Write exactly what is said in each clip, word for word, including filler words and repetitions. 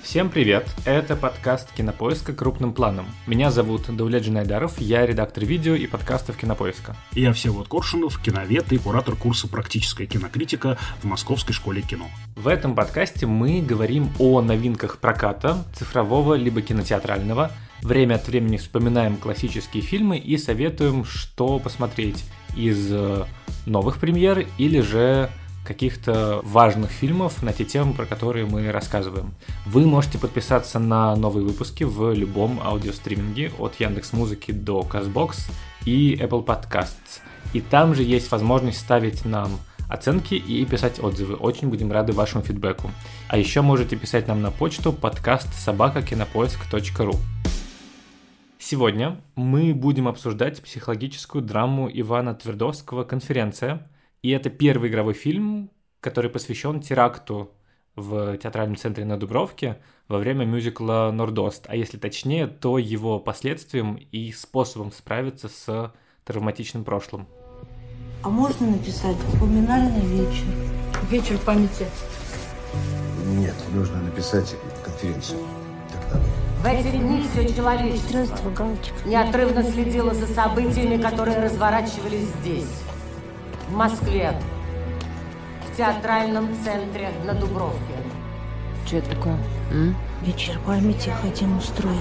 Всем привет! Это подкаст Кинопоиска крупным планом. Меня зовут Даулет Джинайдаров, я редактор видео и подкастов Кинопоиска. И я Всеволод Коршунов, киновед и куратор курса «Практическая кинокритика» в Московской школе кино. В этом подкасте мы говорим о новинках проката, цифрового либо кинотеатрального. Время от времени вспоминаем классические фильмы и советуем, что посмотреть из новых премьер или же каких-то важных фильмов на те темы, про которые мы рассказываем. Вы можете подписаться на новые выпуски в любом аудиостриминге от Яндекс.Музыки до Castbox и Apple Podcasts. И там же есть возможность ставить нам оценки и писать отзывы. Очень будем рады вашему фидбэку. А еще можете писать нам на почту подкаст собака кинопоиск точка ру. Сегодня мы будем обсуждать психологическую драму Ивана Твердовского «Конференция». И это первый игровой фильм, который посвящен теракту в театральном центре на Дубровке во время мюзикла «Нордост». А если точнее, то его последствиям и способом справиться с травматичным прошлым. А можно написать «Поминальный вечер»? Вечер памяти. Нет, нужно написать конференцию. Так надо. В эти дни все человечество Здравствуй, Галочка. неотрывно следило за событиями, которые разворачивались здесь, в Москве, в театральном центре на Дубровке. Что это такое? М? Вечер памяти хотим устроить.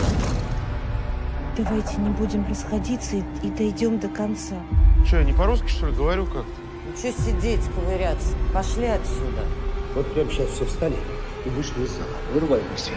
Давайте не будем расходиться и, и дойдем до конца. Че, я не по-русски, что ли, говорю как? Ну что сидеть, ковыряться? Пошли отсюда. Вот прямо сейчас все встали и вышли из зала. Вырубаем свет.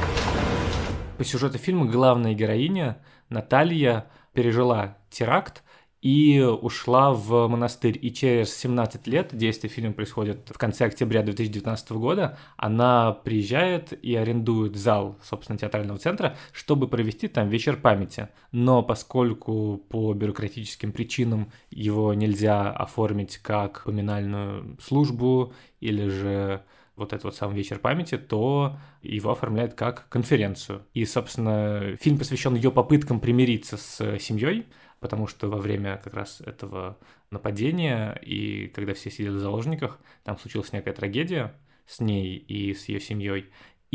По сюжету фильма главная героиня Наталья пережила теракт и ушла в монастырь. И через семнадцать лет, действие фильма происходит в конце октября две тысячи девятнадцатого года, она приезжает и арендует зал, собственно, театрального центра, чтобы провести там вечер памяти. Но поскольку по бюрократическим причинам его нельзя оформить как поминальную службу или же вот этот вот сам вечер памяти, то его оформляют как конференцию. И, собственно, фильм посвящен ее попыткам примириться с семьей, потому что во время как раз этого нападения и когда все сидели в заложниках, там случилась некая трагедия с ней и с ее семьей.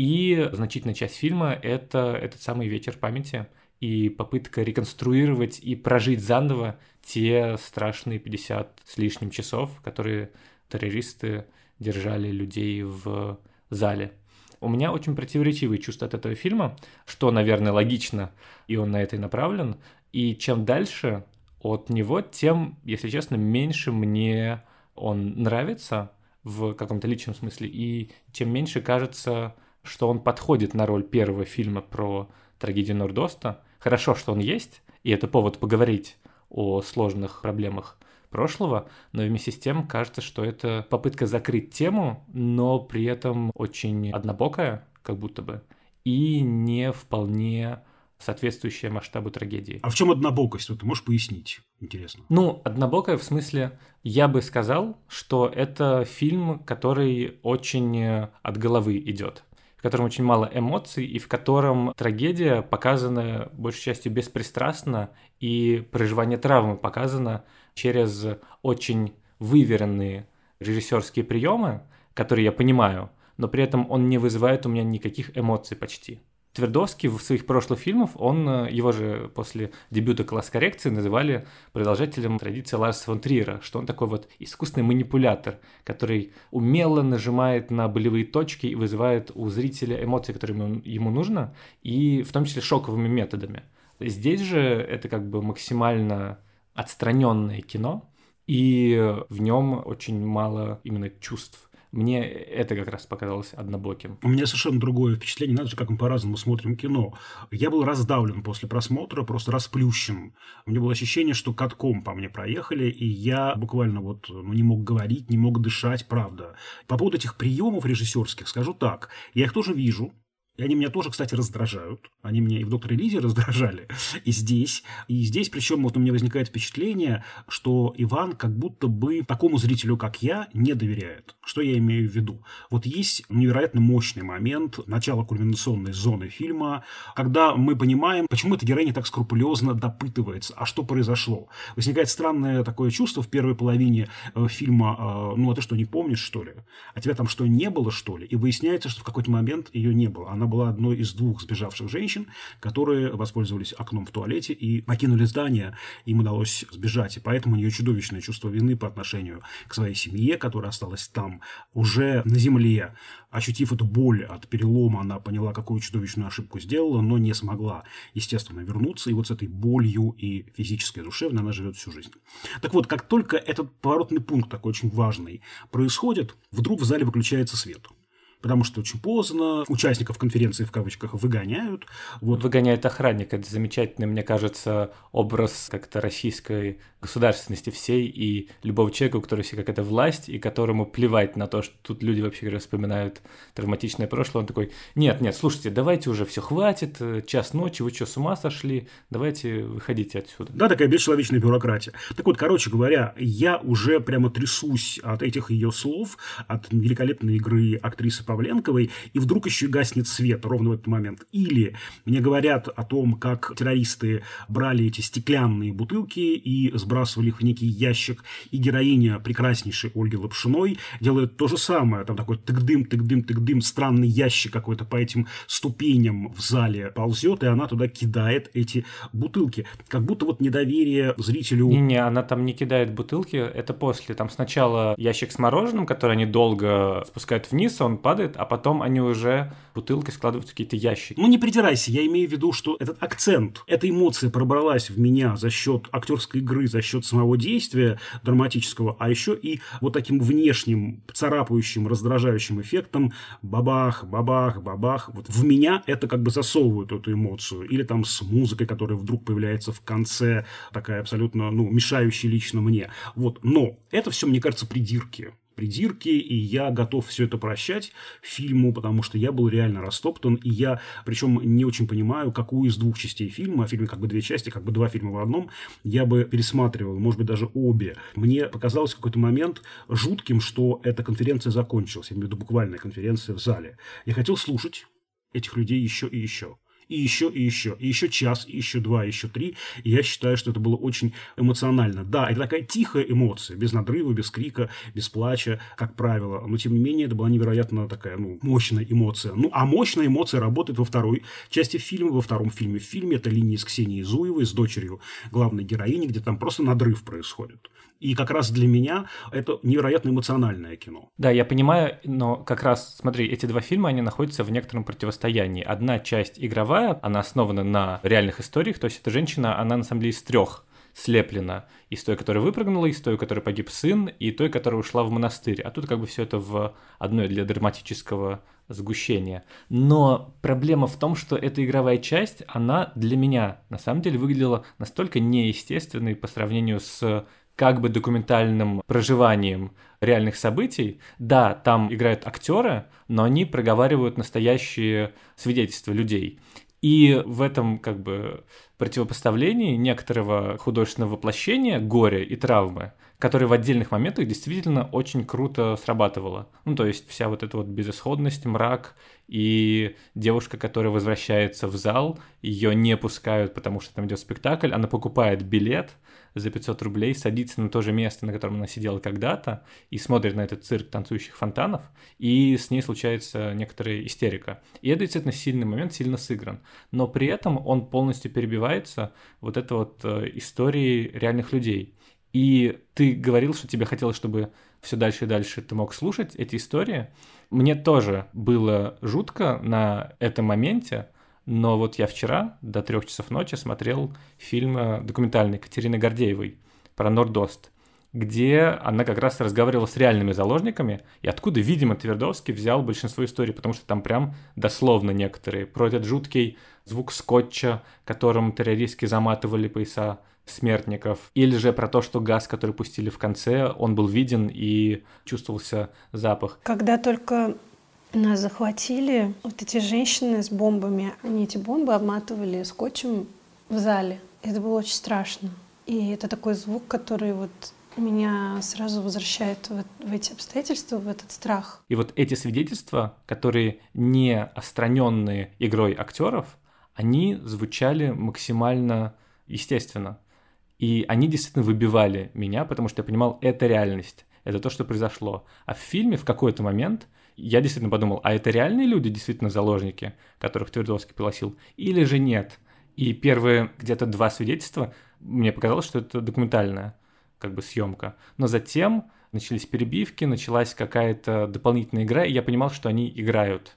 И значительная часть фильма — это этот самый вечер памяти и попытка реконструировать и прожить заново те страшные пятьдесят с лишним часов, которые террористы держали людей в зале. У меня очень противоречивые чувства от этого фильма, что, наверное, логично, и он на это и направлен. И чем дальше от него, тем, если честно, меньше мне он нравится в каком-то личном смысле, и тем меньше кажется, что он подходит на роль первого фильма про трагедию Нордоста. Хорошо, что он есть, и это повод поговорить о сложных проблемах прошлого, но вместе с тем кажется, что это попытка закрыть тему, но при этом очень однобокая, как будто бы, и не вполне соответствующая масштабу трагедии. А в чем однобокость? Вот ты можешь пояснить? Интересно. Ну, однобокая в смысле, я бы сказал, что это фильм, который очень от головы идет, в котором очень мало эмоций и в котором трагедия показана большей частью беспристрастно, и проживание травмы показано через очень выверенные режиссерские приемы, которые я понимаю, но при этом он не вызывает у меня никаких эмоций почти. Твердовский в своих прошлых фильмах, он, его же после дебюта «Класс коррекции» называли продолжателем традиции Ларса фон Триера, что он такой вот искусственный манипулятор, который умело нажимает на болевые точки и вызывает у зрителя эмоции, которые ему, ему нужно, и в том числе шоковыми методами. Здесь же это как бы максимально отстраненное кино, и в нем очень мало именно чувств. Мне это как раз показалось однобоким. У меня совершенно другое впечатление. Надо же, как мы по-разному смотрим кино. Я был раздавлен после просмотра, просто расплющен. У меня было ощущение, что катком по мне проехали, и я буквально вот ну, не мог говорить, не мог дышать, правда. По поводу этих приемов режиссерских скажу так. Я их тоже вижу. И они меня тоже, кстати, раздражают. Они меня и в «Докторе Лизе» раздражали, и здесь. И здесь, причем, вот у меня возникает впечатление, что Иван как будто бы такому зрителю, как я, не доверяет. Что я имею в виду? Вот есть невероятно мощный момент, начало кульминационной зоны фильма, когда мы понимаем, почему эта героиня так скрупулезно допытывается, а что произошло. Возникает странное такое чувство в первой половине э, фильма, э, ну, а ты что, не помнишь, что ли? А тебя там что, не было, что ли? И выясняется, что в какой-то момент ее не было. Она была одной из двух сбежавших женщин, которые воспользовались окном в туалете и покинули здание. Им удалось сбежать, и поэтому у нее чудовищное чувство вины по отношению к своей семье, которая осталась там, уже на земле. Ощутив эту боль от перелома, она поняла, какую чудовищную ошибку сделала, но не смогла, естественно, вернуться. И вот с этой болью и физической, и душевной она живет всю жизнь. Так вот, как только этот поворотный пункт, такой очень важный, происходит, вдруг в зале выключается свет. Потому что очень поздно, участников конференции в кавычках выгоняют. Вот. Выгоняет охранник. Это замечательный, мне кажется, образ как-то российской государственности всей и любого человека, у которого есть какая-то власть, и которому плевать на то, что тут люди, вообще говоря, вспоминают травматичное прошлое. Он такой: нет, нет, слушайте, давайте уже все хватит, час ночи, вы что, с ума сошли? Давайте выходите отсюда. Да, такая бесчеловечная бюрократия. Так вот, короче говоря, я уже прямо трясусь от этих ее слов, от великолепной игры актрисы Павленковой, и вдруг еще и гаснет свет ровно в этот момент. Или мне говорят о том, как террористы брали эти стеклянные бутылки и сбрасывали их в некий ящик, и героиня прекраснейшей Ольги Лапшиной делает то же самое. Там такой тык-дым, тык-дым, тык-дым, странный ящик какой-то по этим ступеням в зале ползет, и она туда кидает эти бутылки. Как будто вот недоверие зрителю... Не-не, она там не кидает бутылки, это после. Там сначала ящик с мороженым, который они долго спускают вниз, он падает, а потом они уже бутылкой складывают в какие-то ящики. Ну, не придирайся, я имею в виду, что этот акцент, эта эмоция пробралась в меня за счет актерской игры, за счет самого действия драматического, а еще и вот таким внешним, царапающим, раздражающим эффектом бабах, бабах, бабах. Вот в меня это как бы засовывает эту эмоцию. Или там с музыкой, которая вдруг появляется в конце, такая абсолютно, ну, мешающая лично мне. Вот. Но это все, мне кажется, придирки. придирки, и я готов все это прощать фильму, потому что я был реально растоптан, и я, причем, не очень понимаю, какую из двух частей фильма, а в фильме как бы две части, как бы два фильма в одном, я бы пересматривал, может быть, даже обе. Мне показалось в какой-то момент жутким, что эта конференция закончилась, я имею в виду буквальная конференция в зале. Я хотел слушать этих людей еще и еще. И еще, и еще, и еще час, и еще два, и еще три. И я считаю, что это было очень эмоционально. Да, это такая тихая эмоция, без надрыва, без крика, без плача, как правило. Но, тем не менее, это была невероятно такая, ну, мощная эмоция. Ну, а мощная эмоция работает во второй части фильма, во втором фильме. В фильме это линия с Ксенией Зуевой, с дочерью главной героини, где там просто надрыв происходит. И как раз для меня это невероятно эмоциональное кино. Да, я понимаю, но как раз, смотри, эти два фильма, они находятся в некотором противостоянии. Одна часть игровая, она основана на реальных историях, то есть эта женщина, она на самом деле из трех слеплена. Из той, которая выпрыгнула, из той, у которой погиб сын, и той, которая ушла в монастырь. А тут как бы все это в одной для драматического сгущения. Но проблема в том, что эта игровая часть, она для меня на самом деле выглядела настолько неестественной по сравнению с как бы документальным проживанием реальных событий. Да, там играют актеры, но они проговаривают настоящие свидетельства людей. И в этом как бы противопоставлении некоторого художественного воплощения горя и травмы, которое в отдельных моментах действительно очень круто срабатывало. Ну, то есть вся вот эта вот безысходность, мрак и девушка, которая возвращается в зал, ее не пускают, потому что там идет спектакль, она покупает билет за пятьсот рублей, садится на то же место, на котором она сидела когда-то, и смотрит на этот цирк танцующих фонтанов, и с ней случается некоторая истерика. И это действительно сильный момент, сильно сыгран. Но при этом он полностью перебивается вот этой вот историей реальных людей. И ты говорил, что тебе хотелось, чтобы все дальше и дальше ты мог слушать эти истории. Мне тоже было жутко на этом моменте, но вот я вчера до трех часов ночи смотрел фильм документальный Катерины Гордеевой про Норд-Ост, где она как раз разговаривала с реальными заложниками, и откуда, видимо, Твердовский взял большинство историй, потому что там прям дословно некоторые про этот жуткий звук скотча, которым террористки заматывали пояса смертников, или же про то, что газ, который пустили в конце, он был виден и чувствовался запах. Когда только Нас захватили вот эти женщины с бомбами. Они эти бомбы обматывали скотчем в зале. Это было очень страшно. И это такой звук, который вот меня сразу возвращает в, в эти обстоятельства, в этот страх. И вот эти свидетельства, которые не остраненные игрой актеров, они звучали максимально естественно. И они действительно выбивали меня, потому что я понимал, это реальность, это то, что произошло. А в фильме в какой-то момент я действительно подумал, а это реальные люди, действительно заложники, которых Твердовский пригласил, или же нет? И первые где-то два свидетельства, мне показалось, что это документальная как бы съемка. Но затем начались перебивки, началась какая-то дополнительная игра, и я понимал, что они играют.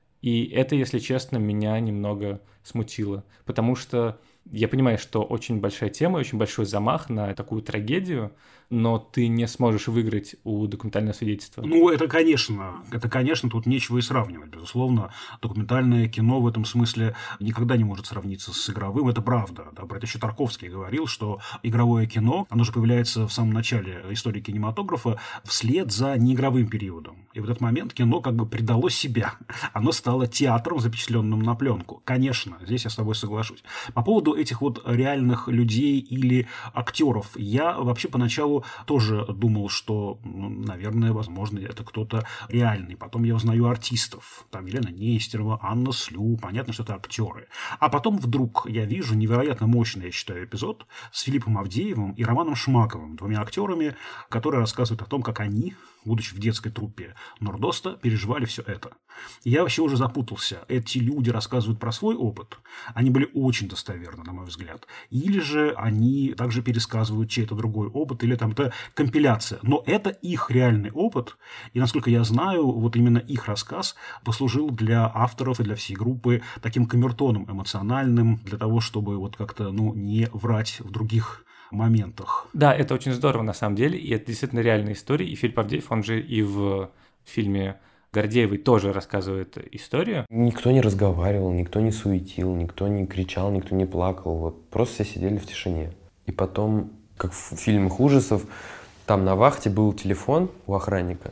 И это, если честно, меня немного смутило, потому что я понимаю, что очень большая тема, очень большой замах на такую трагедию, но ты не сможешь выиграть у документального свидетельства. Ну, это, конечно, это, конечно, тут нечего и сравнивать. Безусловно, документальное кино в этом смысле никогда не может сравниться с игровым. Это правда. Да, про это еще Тарковский говорил, что игровое кино, оно же появляется в самом начале истории кинематографа вслед за неигровым периодом. И в этот момент кино как бы предало себя. Оно стало театром, запечатленным на пленку. Конечно, здесь я с тобой соглашусь. По поводу этих вот реальных людей или актеров, я вообще поначалу тоже думал, что, ну, наверное, возможно, это кто-то реальный. Потом я узнаю артистов. Там Елена Нестерова, Анна Слю. Понятно, что это актеры. А потом вдруг я вижу невероятно мощный, я считаю, эпизод с Филиппом Авдеевым и Романом Шмаковым, двумя актерами, которые рассказывают о том, как они, будучи в детской труппе Нордоста, переживали все это. Я вообще уже запутался. Эти люди рассказывают про свой опыт. Они были очень достоверны, на мой взгляд. Или же они также пересказывают чей-то другой опыт, или там это компиляция. Но это их реальный опыт. И, насколько я знаю, вот именно их рассказ послужил для авторов и для всей группы таким камертоном эмоциональным, для того, чтобы вот как-то, ну, не врать в других моментах. Да, это очень здорово на самом деле, и это действительно реальная история. И Филипп Авдеев, он же и в фильме Гордеевой тоже рассказывает историю. Никто не разговаривал, никто не суетил, никто не кричал, никто не плакал. Вот просто все сидели в тишине. И потом, как в фильмах ужасов, там на вахте был телефон у охранника,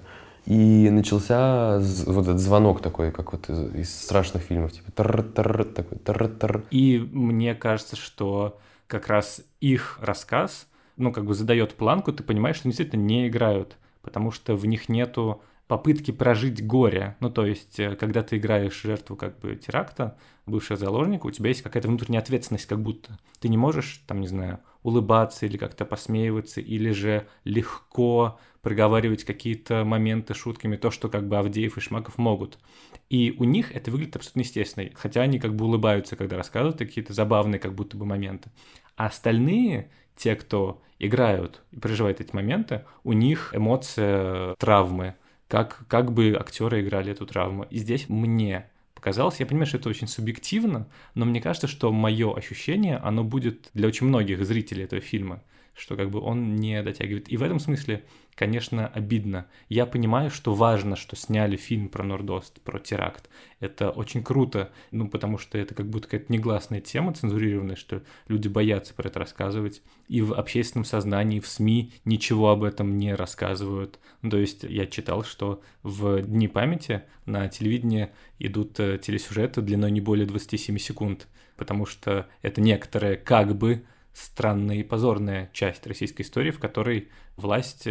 и начался вот этот звонок такой, как вот из, из страшных фильмов, типа тар-тар, такой тар-тар. И мне кажется, что как раз их рассказ, ну, как бы задает планку, ты понимаешь, что они действительно не играют, потому что в них нету попытки прожить горе. Ну, то есть, когда ты играешь жертву как бы теракта, бывшего заложника, у тебя есть какая-то внутренняя ответственность, как будто. Ты не можешь, там, не знаю, улыбаться или как-то посмеиваться, или же легко проговаривать какие-то моменты шутками, то, что как бы Авдеев и Шмаков могут. И у них это выглядит абсолютно естественно, хотя они как бы улыбаются, когда рассказывают какие-то забавные как будто бы моменты. А остальные, те, кто играют и проживают эти моменты, у них эмоция травмы, как, как бы актеры играли эту травму. И здесь мне показалось, я понимаю, что это очень субъективно, но мне кажется, что мое ощущение, оно будет для очень многих зрителей этого фильма, что как бы он не дотягивает. И в этом смысле, конечно, обидно. Я понимаю, что важно, что сняли фильм про Нордост, про теракт. Это очень круто, ну, потому что это как будто какая-то негласная тема, цензурированная, что люди боятся про это рассказывать. И в общественном сознании, в СМИ ничего об этом не рассказывают. Ну, то есть я читал, что в Дни памяти на телевидении идут телесюжеты длиной не более двадцать семь секунд, потому что это некоторая как бы странная и позорная часть российской истории, в которой власть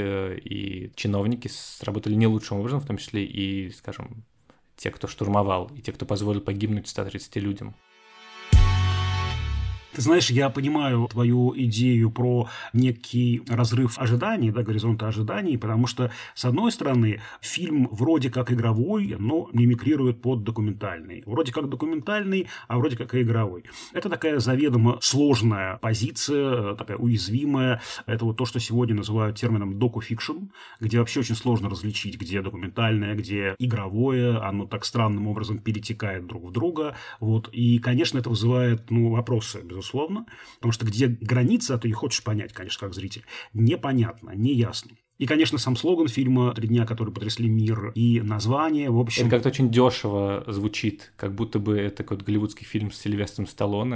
и чиновники сработали не лучшим образом, в том числе и, скажем, те, кто штурмовал, и те, кто позволил погибнуть ста тридцати людям. Ты знаешь, я понимаю твою идею про некий разрыв ожиданий, да, горизонта ожиданий, потому что, с одной стороны, фильм вроде как игровой, но мимикрирует под документальный. Вроде как документальный, а вроде как и игровой. Это такая заведомо сложная позиция, такая уязвимая. Это вот то, что сегодня называют термином доку-фикшн, где вообще очень сложно различить, где документальное, где игровое. Оно так странным образом перетекает друг в друга. Вот. И, конечно, это вызывает, ну, вопросы, безусловно. Безусловно, потому что где граница, а ты и хочешь понять, конечно, как зритель, непонятно, неясно. И, конечно, сам слоган фильма «Три дня, которые потрясли мир», и название, в общем... Это как-то очень дешево звучит, как будто бы это какой-то голливудский фильм с Сильвестром Сталлоне,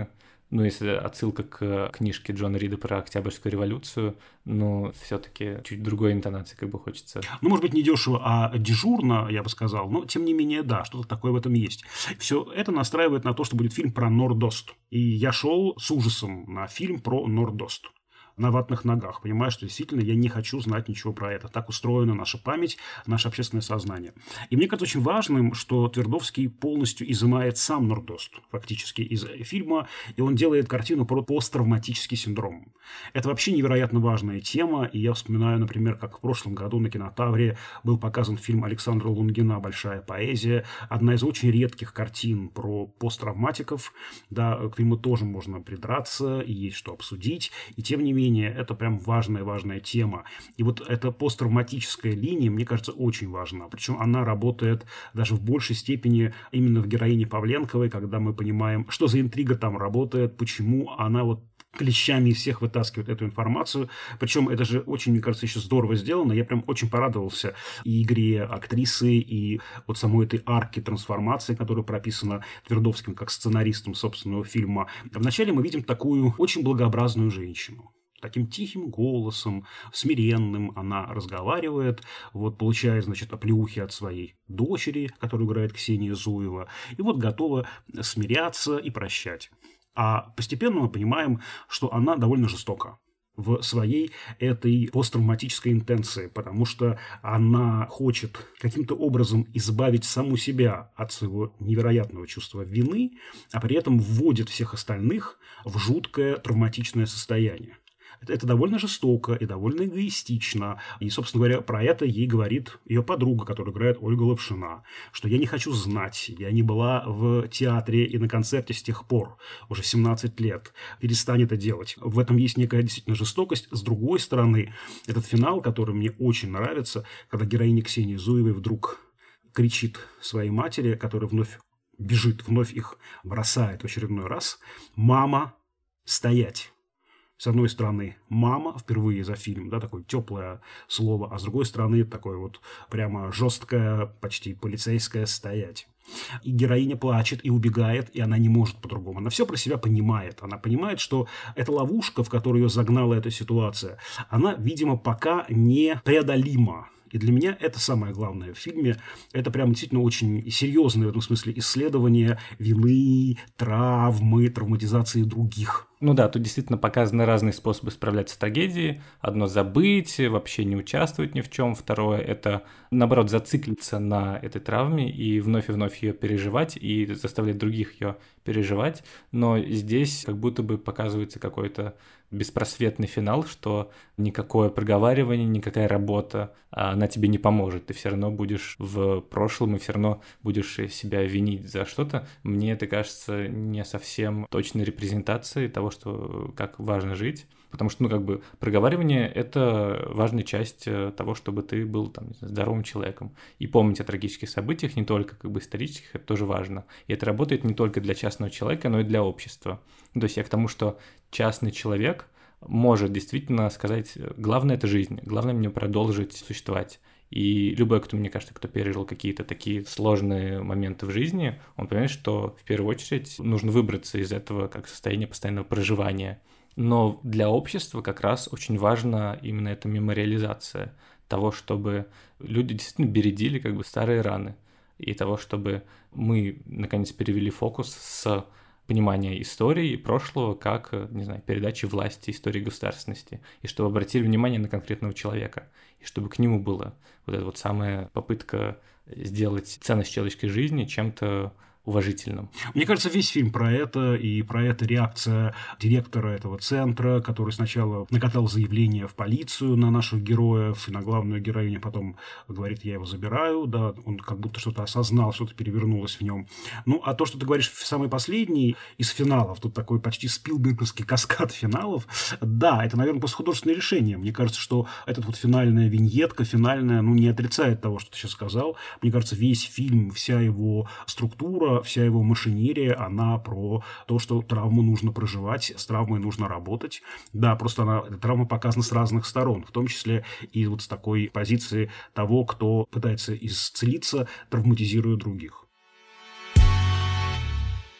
Ну, если отсылка к книжке Джона Рида про Октябрьскую революцию, ну, все-таки чуть другой интонации как бы хочется. Ну, может быть, не дешево, а дежурно, я бы сказал, но, тем не менее, да, что-то такое в этом есть. Все это настраивает на то, что будет фильм про Нордост. И я шел с ужасом на фильм про Нордост. На ватных ногах, понимая, что действительно я не хочу знать ничего про это. Так устроена наша память, наше общественное сознание. И мне кажется очень важным, что Твердовский полностью изымает сам Нордост фактически из фильма, и он делает картину про посттравматический синдром. Это вообще невероятно важная тема, и я вспоминаю, например, как в прошлом году на Кинотавре был показан фильм Александра Лунгина «Большая поэзия», одна из очень редких картин про посттравматиков. Да, к фильму тоже можно придраться, и есть что обсудить, и тем не менее это прям важная-важная тема. И вот эта посттравматическая линия, мне кажется, очень важна. Причем она работает даже в большей степени именно в героине Павленковой, когда мы понимаем, что за интрига там работает, почему она вот клещами из всех вытаскивает эту информацию. Причем это же очень, мне кажется, еще здорово сделано. Я прям очень порадовался и игре актрисы, и вот самой этой арки трансформации, которая прописана Твердовским как сценаристом собственного фильма. Вначале мы видим такую очень благообразную женщину. Таким тихим голосом, смиренным она разговаривает, вот получает, значит, оплеухи от своей дочери, которую играет Ксения Зуева, и вот готова смиряться и прощать. А постепенно мы понимаем, что она довольно жестока в своей этой посттравматической интенции, потому что она хочет каким-то образом избавить саму себя от своего невероятного чувства вины, а при этом вводит всех остальных в жуткое травматичное состояние. Это довольно жестоко и довольно эгоистично. И, собственно говоря, про это ей говорит ее подруга, которая играет Ольга Лапшина, что я не хочу знать, я не была в театре и на концерте с тех пор, уже семнадцать лет, перестань это делать. В этом есть некая действительно жестокость. С другой стороны, этот финал, который мне очень нравится, когда героиня Ксении Зуевой вдруг кричит своей матери, которая вновь бежит, вновь их бросает в очередной раз: «Мама, стоять!» С одной стороны, мама, впервые за фильм, да, такое теплое слово, а с другой стороны, такое вот прямо жесткое, почти полицейское стоять. И героиня плачет и убегает, и она не может по-другому. Она все про себя понимает. Она понимает, что эта ловушка, в которую ее загнала эта ситуация, она, видимо, пока не преодолима. И для меня это самое главное в фильме. Это прям действительно очень серьезное в этом смысле исследование вины, травмы, травматизации других. Ну да, тут действительно показаны разные способы справляться с трагедией. Одно — забыть, вообще не участвовать ни в чем. Второе — это, наоборот, зациклиться на этой травме и вновь и вновь ее переживать и заставлять других ее переживать. Но здесь как будто бы показывается какой-то беспросветный финал, что никакое проговаривание, никакая работа, она тебе не поможет. Ты все равно будешь в прошлом и все равно будешь себя винить за что-то. Мне это кажется не совсем точной репрезентацией того, что как важно жить. Потому что, ну, как бы, проговаривание — это важная часть того, чтобы ты был там, не знаю, здоровым человеком. И помнить о трагических событиях, не только как бы исторических, это тоже важно. И это работает не только для частного человека, но и для общества. То есть я к тому, что частный человек может действительно сказать: главное — это жизнь, главное мне продолжить существовать. И любой, кто, мне кажется, кто пережил какие-то такие сложные моменты в жизни, он понимает, что в первую очередь нужно выбраться из этого как состояния постоянного проживания. Но для общества как раз очень важна именно эта мемориализация того, чтобы люди действительно бередили как бы старые раны, и того, чтобы мы наконец перевели фокус с понимания истории и прошлого как, не знаю, передачи власти, истории государственности, и чтобы обратили внимание на конкретного человека, и чтобы к нему была вот эта вот самая попытка сделать ценность человеческой жизни чем-то уважительным. Мне кажется, весь фильм про это, и про это реакция директора этого центра, который сначала накатал заявление в полицию на наших героев, и на главную героиню, потом говорит: я его забираю, да, он как будто что-то осознал, что-то перевернулось в нем. Ну, а то, что ты говоришь в самый последний из финалов, тут такой почти спилберговский каскад финалов, да, это, наверное, просто художественное решение. Мне кажется, что эта вот финальная виньетка, финальная, ну, не отрицает того, что ты сейчас сказал. Мне кажется, весь фильм, вся его структура, вся его машинерия, она про то, что травму нужно проживать, с травмой нужно работать. Да, просто она, эта травма показана с разных сторон, в том числе и вот с такой позиции того, кто пытается исцелиться, травматизируя других.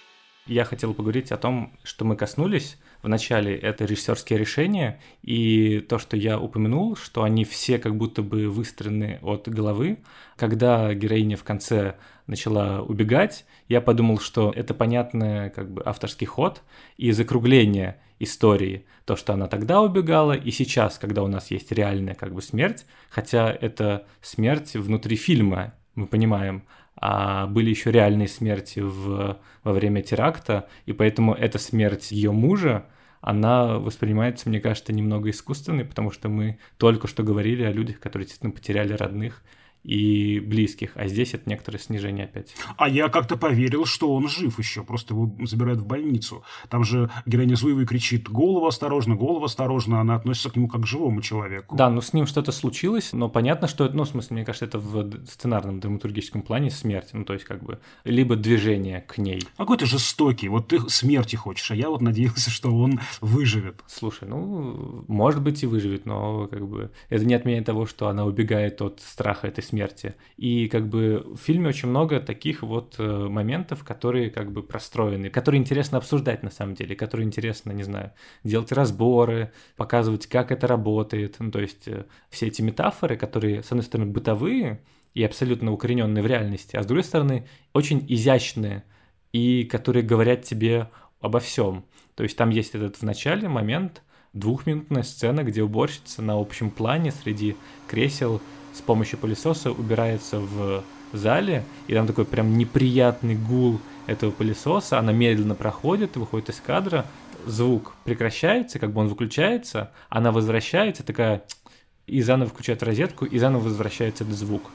Я хотел поговорить о том, что мы коснулись в начале, это режиссерские решения, и то, что я упомянул, что они все как будто бы выстроены от головы. Когда героиня в конце начала убегать, я подумал, что это понятный как бы авторский ход и закругление истории. То, что она тогда убегала, и сейчас, когда у нас есть реальная как бы смерть, хотя это смерть внутри фильма, мы понимаем, а были еще реальные смерти в, во время теракта, и поэтому эта смерть ее мужа, она воспринимается, мне кажется, немного искусственной, потому что мы только что говорили о людях, которые действительно потеряли родных и близких, а здесь это некоторое снижение опять. А я как-то поверил, что он жив еще, просто его забирают в больницу. Там же героиня Зуевой кричит: «Голову осторожно, голову осторожно», она относится к нему как к живому человеку. Да, ну с ним что-то случилось, но понятно, что это, ну, в смысле, мне кажется, это в сценарном драматургическом плане смерть, ну, то есть как бы либо движение к ней. Какой ты жестокий, вот ты смерти хочешь, а я вот надеялся, что он выживет. Слушай, ну, может быть и выживет, но как бы это не отменяет того, что она убегает от страха этой смерти. смерти. И как бы в фильме очень много таких вот э, моментов, которые как бы простроены, которые интересно обсуждать на самом деле, которые интересно, не знаю, делать разборы, показывать, как это работает. Ну, то есть э, все эти метафоры, которые, с одной стороны, бытовые и абсолютно укорененные в реальности, а с другой стороны, очень изящные и которые говорят тебе обо всем. То есть там есть этот в начале момент, двухминутная сцена, где уборщица на общем плане среди кресел с помощью пылесоса убирается в зале, и там такой прям неприятный гул этого пылесоса, она медленно проходит, выходит из кадра, звук прекращается, как бы он выключается, она возвращается такая, и заново включает розетку, и заново возвращается этот звук.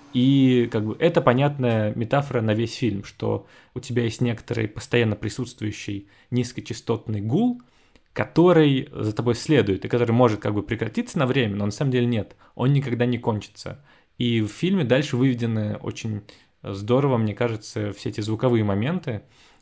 И как бы это понятная метафора на весь фильм, что у тебя есть некоторый постоянно присутствующий низкочастотный гул, который за тобой следует, и который может как бы прекратиться на время, но на самом деле нет, он никогда не кончится. И в фильме дальше выведены очень здорово, мне кажется, все эти звуковые моменты,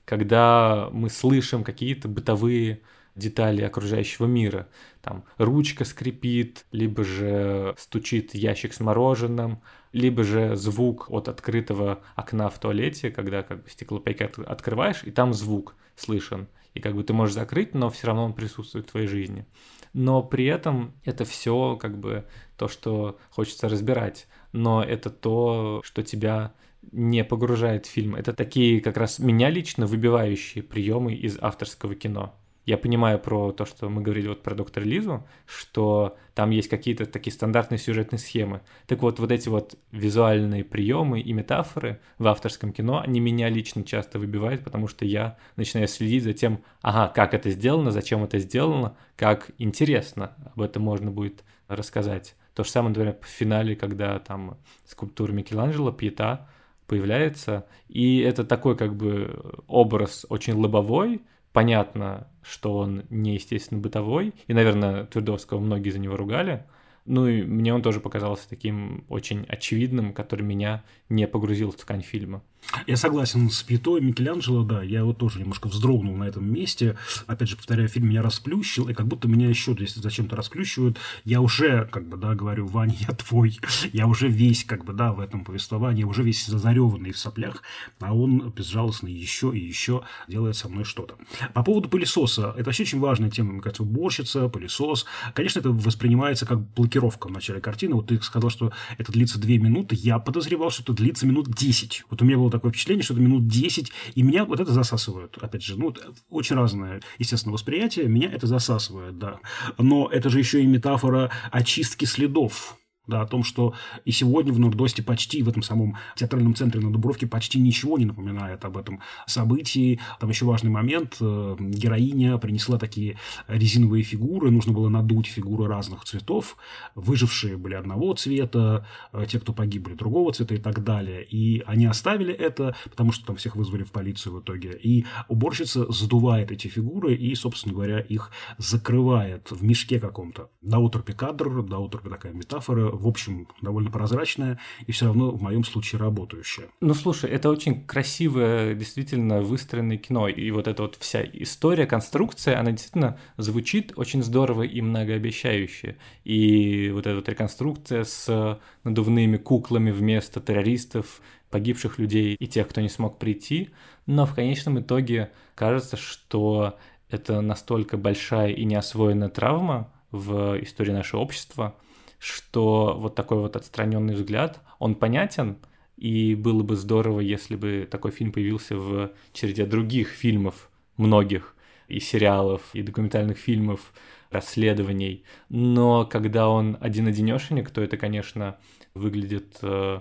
когда мы слышим какие-то бытовые детали окружающего мира. Там ручка скрипит, либо же стучит ящик с мороженым, либо же звук от открытого окна в туалете, когда как бы стеклопакет открываешь, и там звук слышен. И как бы ты можешь закрыть, но все равно он присутствует в твоей жизни. Но при этом это все как бы то, что хочется разбирать. Но это то, что тебя не погружает в фильм. Это такие как раз меня лично выбивающие приемы из авторского кино. Я понимаю про то, что мы говорили вот про доктора Лизу, что там есть какие-то такие стандартные сюжетные схемы. Так вот, вот эти вот визуальные приемы и метафоры в авторском кино, они меня лично часто выбивают, потому что я начинаю следить за тем, ага, как это сделано, зачем это сделано, как интересно об этом можно будет рассказать. То же самое, например, в финале, когда там скульптура Микеланджело, Пиета, появляется, и это такой как бы образ очень лобовой. Понятно, что он неестественно бытовой, и, наверное, Твердовского многие за него ругали. Ну и мне он тоже показался таким очень очевидным, который меня не погрузил в ткань фильма. Я согласен с Пьетой, Микеланджело, да, я вот тоже немножко вздрогнул на этом месте. Опять же, повторяю, фильм меня расплющил, и как будто меня еще, если зачем-то расплющивают, я уже, как бы, да, говорю: Ваня, я твой, я уже весь, как бы, да, в этом повествовании, уже весь зазареванный в соплях, а он безжалостно еще и еще делает со мной что-то. По поводу пылесоса, это вообще очень важная тема, мне кажется, уборщица, пылесос. Конечно, это воспринимается как блокировка в начале картины. Вот ты сказал, что это длится две минуты, я подозревал, что это длится минут десять. Вот у меня было такое впечатление, что это минут десять, и меня вот это засасывает. Опять же, ну, очень разное, естественно, восприятие, меня это засасывает, да. Но это же еще и метафора очистки следов. Да, о том, что и сегодня в Нордосте почти, в этом самом театральном центре на Дубровке, почти ничего не напоминает об этом событии. Там еще важный момент. Героиня принесла такие резиновые фигуры. Нужно было надуть фигуры разных цветов. Выжившие были одного цвета, те, кто погибли, другого цвета и так далее. И они оставили это, потому что там всех вызвали в полицию в итоге. И уборщица задувает эти фигуры и, собственно говоря, их закрывает в мешке каком-то. Даутер Пикадр, Даутер такая метафора, в общем, довольно прозрачная и все равно в моем случае работающая. Ну, слушай, это очень красивое, действительно выстроенное кино. И вот эта вот вся история, конструкция, она действительно звучит очень здорово и многообещающе. И вот эта вот реконструкция с надувными куклами вместо террористов, погибших людей и тех, кто не смог прийти. Но в конечном итоге кажется, что это настолько большая и неосвоенная травма в истории нашего общества, что вот такой вот отстраненный взгляд, он понятен, и было бы здорово, если бы такой фильм появился в череде других фильмов, многих, и сериалов, и документальных фильмов, расследований. Но когда он один-одинешенек, то это, конечно, выглядит э,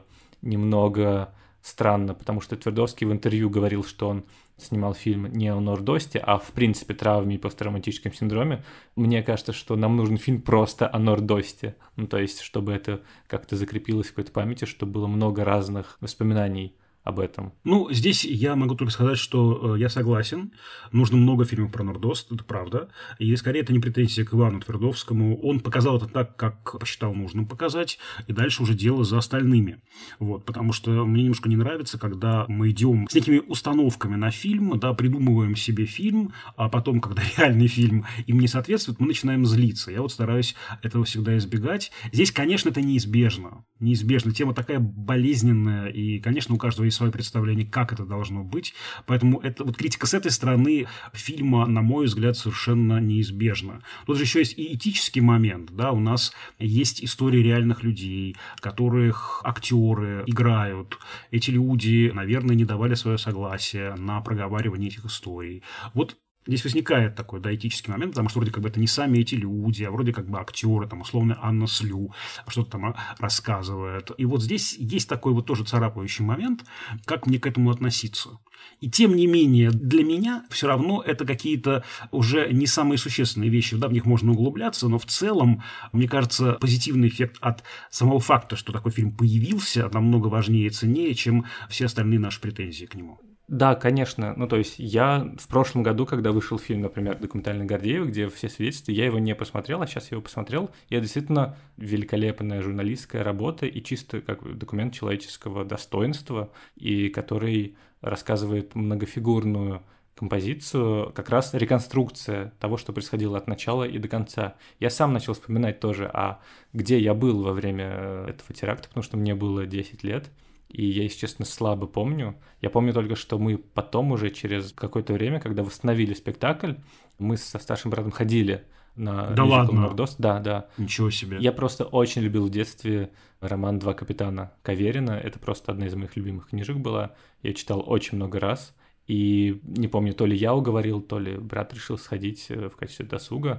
немного странно, потому что Твердовский в интервью говорил, что он снимал фильм не о нордосте, а в принципе травме и посттравматическом синдроме. Мне кажется, что нам нужен фильм просто о нордосте. Ну, то есть, чтобы это как-то закрепилось в какой-то памяти, чтобы было много разных воспоминаний об этом. Ну, здесь я могу только сказать, что э, я согласен. Нужно много фильмов про нордост, это правда. И скорее это не претензия к Ивану Твердовскому. Он показал это так, как посчитал нужным показать, и дальше уже дело за остальными. Вот, потому что мне немножко не нравится, когда мы идем с некими установками на фильм, да, придумываем себе фильм, а потом, когда реальный фильм им не соответствует, мы начинаем злиться. Я вот стараюсь этого всегда избегать. Здесь, конечно, это неизбежно. Неизбежно. Тема такая болезненная, и, конечно, у каждого есть свое представление, как это должно быть. Поэтому это, вот критика с этой стороны фильма, на мой взгляд, совершенно неизбежна. Тут же еще есть и этический момент. Да? У нас есть истории реальных людей, которых актеры играют. Эти люди, наверное, не давали свое согласие на проговаривание этих историй. Вот здесь возникает такой, да, этический момент, потому что вроде как бы это не сами эти люди, а вроде как бы актеры, там, условно, Анна Слю что-то там рассказывает. И вот здесь есть такой вот тоже царапающий момент, как мне к этому относиться. И тем не менее, для меня все равно это какие-то уже не самые существенные вещи, да, в них можно углубляться, но в целом, мне кажется, позитивный эффект от самого факта, что такой фильм появился, намного важнее и ценнее, чем все остальные наши претензии к нему. Да, конечно. Ну, то есть я в прошлом году, когда вышел фильм, например, «Документальный Гордеев», где все свидетельства, я его не посмотрел, а сейчас я его посмотрел. И это действительно великолепная журналистская работа и чисто как документ человеческого достоинства, и который рассказывает многофигурную композицию, как раз реконструкция того, что происходило от начала и до конца. Я сам начал вспоминать тоже, а где я был во время этого теракта, потому что мне было десять лет. И я, если честно, слабо помню. Я помню только, что мы потом уже через какое-то время, когда восстановили спектакль, мы со старшим братом ходили на да ладно. Нордост. Да, да. Ничего себе. Я просто очень любил в детстве роман «Два капитана» Каверина. Это просто одна из моих любимых книжек была. Я читал очень много раз. И не помню, то ли я уговорил, то ли брат решил сходить в качестве досуга.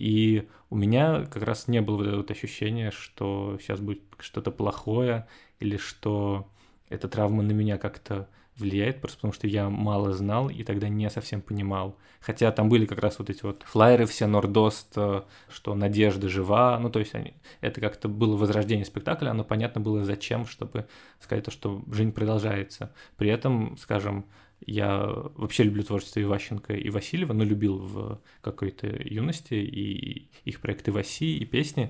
И у меня как раз не было вот этого вот ощущения, что сейчас будет что-то плохое, или что эта травма на меня как-то влияет, просто потому что я мало знал и тогда не совсем понимал. Хотя там были как раз вот эти вот флаеры все, Нордост, что Надежда жива, ну то есть они, это как-то было возрождение спектакля, оно понятно было зачем, чтобы сказать то, что жизнь продолжается. При этом, скажем, я вообще люблю творчество Иващенко и Васильева, но любил в какой-то юности и их проекты в Оси, и песни.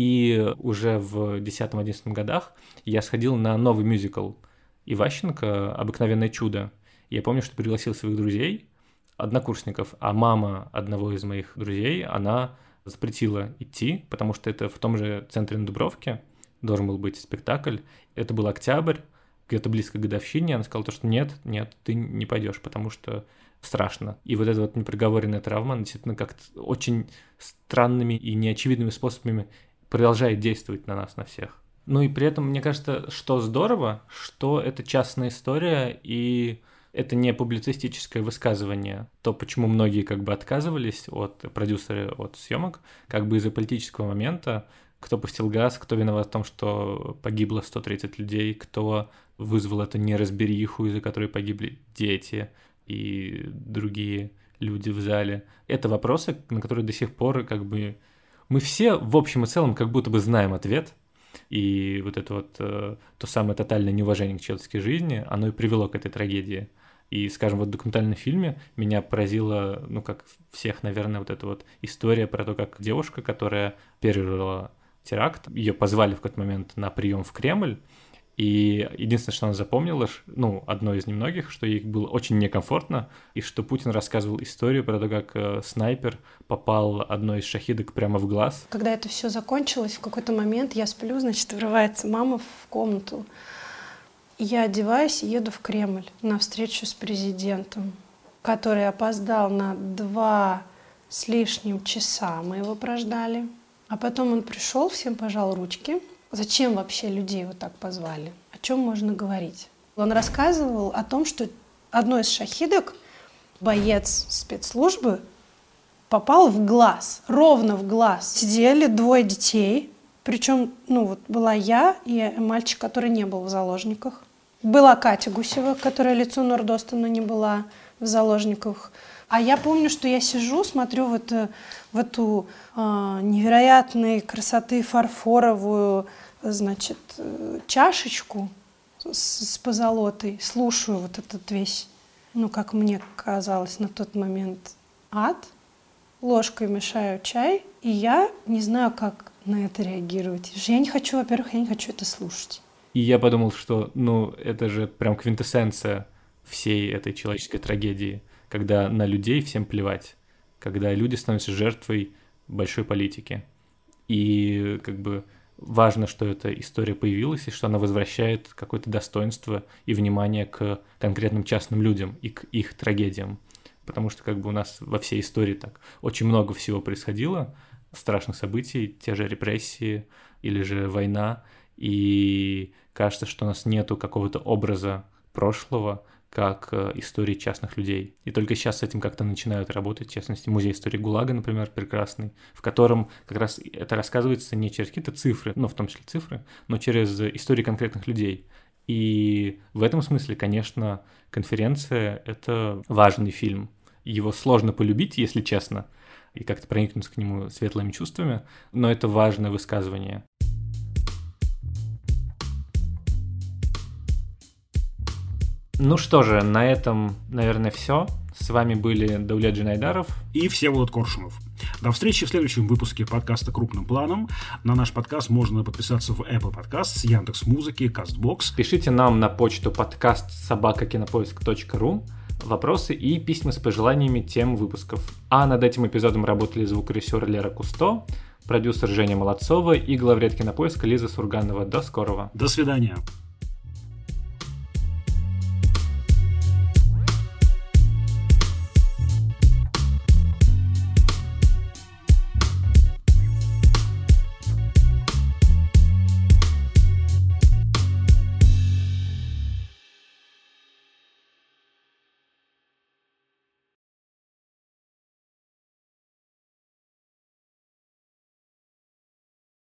И уже в десятом-одиннадцатом годах я сходил на новый мюзикл Иващенко «Обыкновенное чудо». Я помню, что пригласил своих друзей, однокурсников, а мама одного из моих друзей, она запретила идти, потому что это в том же центре на Дубровке должен был быть спектакль. Это был октябрь, где-то близко к годовщине. Она сказала, что нет, нет, ты не пойдешь, потому что страшно. И вот эта вот непроговоренная травма, она действительно как-то очень странными и неочевидными способами продолжает действовать на нас, на всех. Ну и при этом, мне кажется, что здорово, что это частная история, и это не публицистическое высказывание. То, почему многие как бы отказывались от продюсера, от съемок, как бы из-за политического момента, кто пустил газ, кто виноват в том, что погибло сто тридцать людей, кто вызвал эту неразбериху, из-за которой погибли дети и другие люди в зале. Это вопросы, на которые до сих пор как бы мы все в общем и целом как будто бы знаем ответ, и вот это вот э, то самое тотальное неуважение к человеческой жизни, оно и привело к этой трагедии. И, скажем, вот в документальном фильме меня поразила, ну, как всех, наверное, вот эта вот история про то, как девушка, которая пережила теракт. Ее позвали в какой-то момент на прием в Кремль, и единственное, что она запомнила, ну, одно из немногих, что ей было очень некомфортно, и что Путин рассказывал историю про то, как э, снайпер попал одной из шахидок прямо в глаз. Когда это все закончилось, в какой-то момент я сплю, значит, врывается мама в комнату. Я одеваюсь и еду в Кремль на встречу с президентом, который опоздал на два с лишним часа. Мы его прождали. А потом он пришел, всем пожал ручки. Зачем вообще людей вот так позвали? О чем можно говорить? Он рассказывал о том, что одной из шахидок, боец спецслужбы, попал в глаз, ровно в глаз. Сидели двое детей, причем, ну вот была я и мальчик, который не был в заложниках. Была Катя Гусева, которая лицо Нордостона не была в заложниках. А я помню, что я сижу, смотрю в эту, в эту э, невероятной красоты фарфоровую, значит, чашечку с, с позолотой, слушаю вот этот весь, ну, как мне казалось на тот момент, ад, ложкой мешаю чай, и я не знаю, как на это реагировать. Я не хочу, во-первых, я не хочу это слушать. И я подумал, что, ну, это же прям квинтэссенция всей этой человеческой трагедии, когда на людей всем плевать, когда люди становятся жертвой большой политики. И как бы важно, что эта история появилась, и что она возвращает какое-то достоинство и внимание к конкретным частным людям и к их трагедиям. Потому что как бы у нас во всей истории так очень много всего происходило, страшных событий, те же репрессии или же война, и кажется, что у нас нету какого-то образа прошлого, как истории частных людей. И только сейчас с этим как-то начинают работать, в частности, музей истории ГУЛАГа, например, прекрасный, в котором как раз это рассказывается не через какие-то цифры, ну, в том числе цифры, но через истории конкретных людей. И в этом смысле, конечно, конференция — это важный фильм. Его сложно полюбить, если честно, и как-то проникнуться к нему светлыми чувствами, но это важное высказывание. Ну что же, на этом, наверное, все. С вами были Даулет Джинайдаров и Всеволод Коршунов. До встречи в следующем выпуске подкаста «Крупным планом». На наш подкаст можно подписаться в Apple Podcasts, Яндекс.Музыки, Castbox. Пишите нам на почту подкаст собака кинопоиск точка ру вопросы и письма с пожеланиями тем выпусков. А над этим эпизодом работали звукорежиссер Лера Кусто, продюсер Женя Молодцова и главред Кинопоиска Лиза Сурганова. До скорого. До свидания.